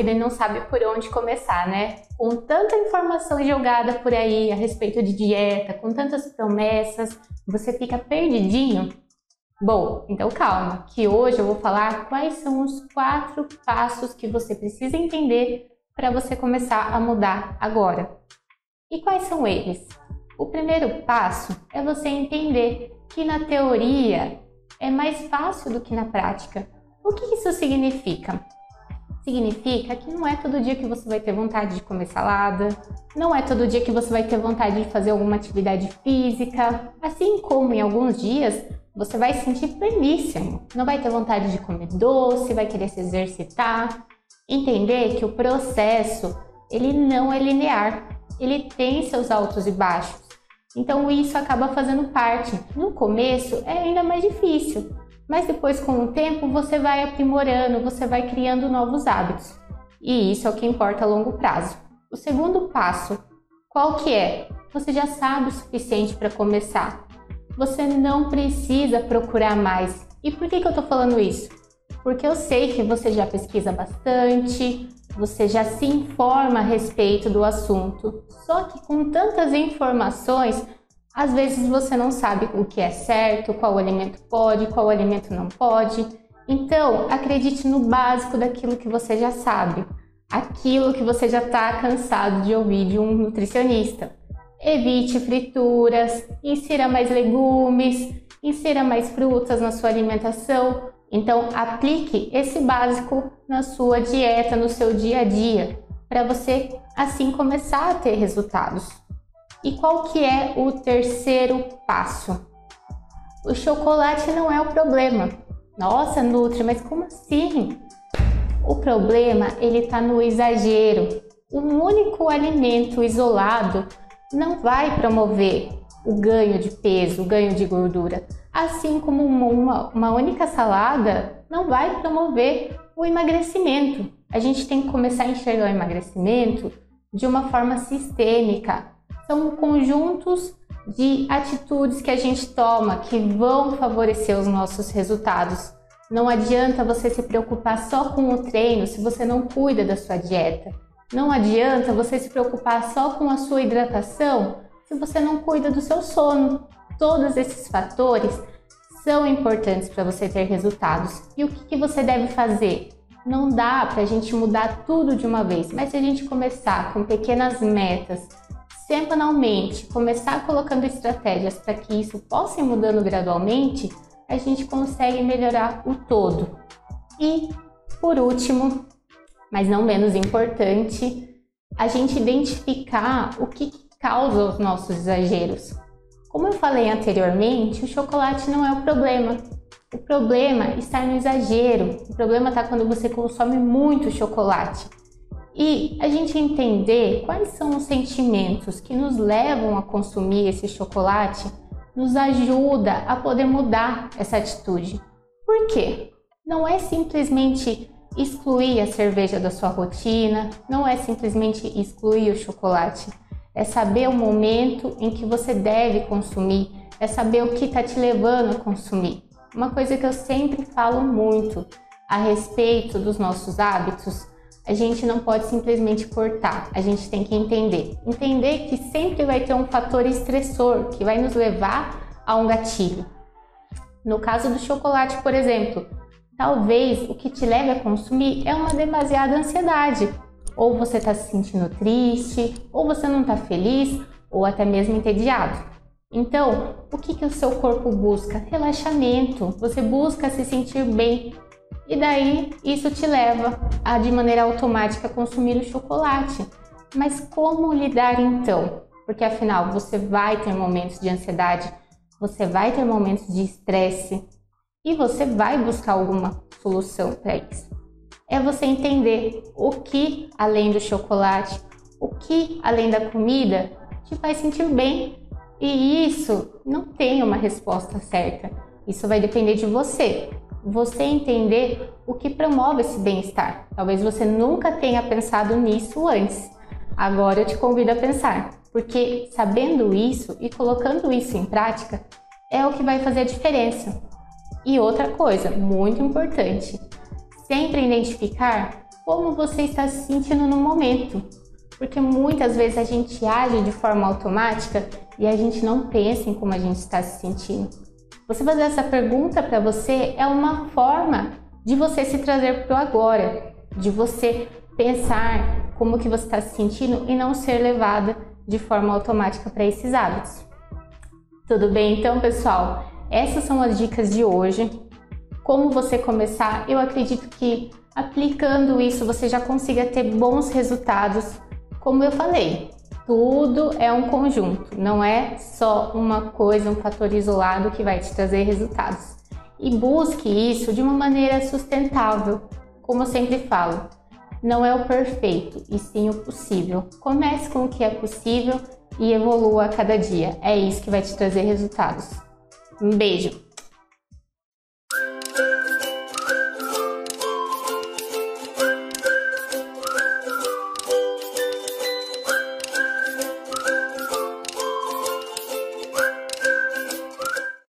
dúvida e não sabe por onde começar, né? Com tanta informação jogada por aí a respeito de dieta, com tantas promessas, você fica perdidinho? Bom, então calma, que hoje eu vou falar quais são os 4 passos que você precisa entender para você começar a mudar agora. E quais são eles? O primeiro passo é você entender que na teoria é mais fácil do que na prática. O que isso significa? Significa que não é todo dia que você vai ter vontade de comer salada, não é todo dia que você vai ter vontade de fazer alguma atividade física, assim como em alguns dias você vai se sentir pleníssimo, não vai ter vontade de comer doce, vai querer se exercitar. Entender que o processo, ele não é linear, ele tem seus altos e baixos, então isso acaba fazendo parte. No começo é ainda mais difícil, mas depois, com o tempo, você vai aprimorando, você vai criando novos hábitos. E isso é o que importa a longo prazo. O segundo passo, qual que é? Você já sabe o suficiente para começar. Você não precisa procurar mais. E por que eu estou falando isso? Porque eu sei que você já pesquisa bastante, você já se informa a respeito do assunto. Só que com tantas informações, às vezes você não sabe o que é certo, qual alimento pode, qual alimento não pode. Então, acredite no básico daquilo que você já sabe, aquilo que você já está cansado de ouvir de um nutricionista. Evite frituras, insira mais legumes, insira mais frutas na sua alimentação. Então, aplique esse básico na sua dieta, no seu dia a dia, para você assim começar a ter resultados. E qual que é o terceiro passo? O chocolate não é o problema. Nossa, Nutri, mas como assim? O problema, ele está no exagero. Um único alimento isolado não vai promover o ganho de peso, o ganho de gordura. Assim como uma única salada não vai promover o emagrecimento. A gente tem que começar a enxergar o emagrecimento de uma forma sistêmica. São conjuntos de atitudes que a gente toma que vão favorecer os nossos resultados. Não adianta você se preocupar só com o treino se você não cuida da sua dieta. Não adianta você se preocupar só com a sua hidratação se você não cuida do seu sono. Todos esses fatores são importantes para você ter resultados. E o que você deve fazer? Não dá para a gente mudar tudo de uma vez, mas se a gente começar com pequenas metas, semanalmente, começar colocando estratégias para que isso possa ir mudando gradualmente, a gente consegue melhorar o todo. E, por último, mas não menos importante, a gente identificar o que causa os nossos exageros. Como eu falei anteriormente, o chocolate não é o problema. O problema está no exagero. O problema está quando você consome muito chocolate. E a gente entender quais são os sentimentos que nos levam a consumir esse chocolate nos ajuda a poder mudar essa atitude. Por quê? Não é simplesmente excluir a cerveja da sua rotina, não é simplesmente excluir o chocolate. É saber o momento em que você deve consumir, é saber o que está te levando a consumir. Uma coisa que eu sempre falo muito a respeito dos nossos hábitos, a gente não pode simplesmente cortar, a gente tem que entender. Entender que sempre vai ter um fator estressor que vai nos levar a um gatilho. No caso do chocolate, por exemplo, talvez o que te leve a consumir é uma demasiada ansiedade. Ou você está se sentindo triste, ou você não está feliz, ou até mesmo entediado. Então, o que o seu corpo busca? Relaxamento, você busca se sentir bem. E daí, isso te leva a, de maneira automática, consumir o chocolate. Mas como lidar então? Porque afinal, você vai ter momentos de ansiedade, você vai ter momentos de estresse e você vai buscar alguma solução para isso. É você entender o que, além do chocolate, o que, além da comida, te faz sentir bem. E isso não tem uma resposta certa. Isso vai depender de você. Você entender o que promove esse bem-estar. Talvez você nunca tenha pensado nisso antes. Agora eu te convido a pensar, porque sabendo isso e colocando isso em prática é o que vai fazer a diferença. E outra coisa muito importante, sempre identificar como você está se sentindo no momento. Porque muitas vezes a gente age de forma automática e a gente não pensa em como a gente está se sentindo. Você fazer essa pergunta para você é uma forma de você se trazer para o agora, de você pensar como que você está se sentindo e não ser levada de forma automática para esses hábitos. Tudo bem? Então, pessoal, essas são as dicas de hoje. Como você começar? Eu acredito que aplicando isso você já consiga ter bons resultados. Como eu falei, tudo é um conjunto, não é só uma coisa, um fator isolado que vai te trazer resultados. E busque isso de uma maneira sustentável. Como eu sempre falo, não é o perfeito, e sim o possível. Comece com o que é possível e evolua a cada dia. É isso que vai te trazer resultados. Um beijo!